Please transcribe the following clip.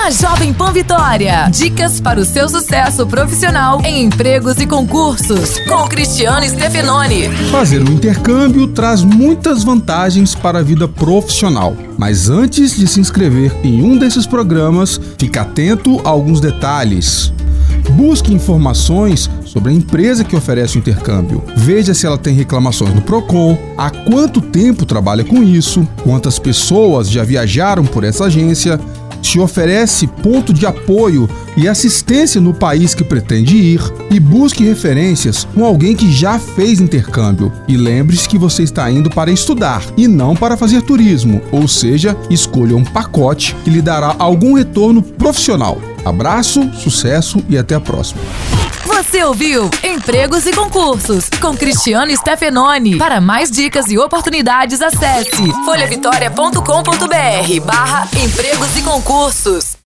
na Jovem Pan Vitória. Dicas para o seu sucesso profissional em empregos e concursos, com Cristiano Stefanoni. Fazer um intercâmbio traz muitas vantagens para a vida profissional. Mas antes de se inscrever em um desses programas, fique atento a alguns detalhes. Busque informações sobre a empresa que oferece o intercâmbio. Veja se ela tem reclamações no Procon, há quanto tempo trabalha com isso, quantas pessoas já viajaram por essa agência, se oferece ponto de apoio e assistência no país que pretende ir, e busque referências com alguém que já fez intercâmbio. E lembre-se que você está indo para estudar e não para fazer turismo, ou seja, escolha um pacote que lhe dará algum retorno profissional. Abraço, sucesso e até a próxima. Você ouviu Empregos e Concursos, com Cristiano Stefanoni. Para mais dicas e oportunidades, acesse folhavitória.com.br/empregos e concursos.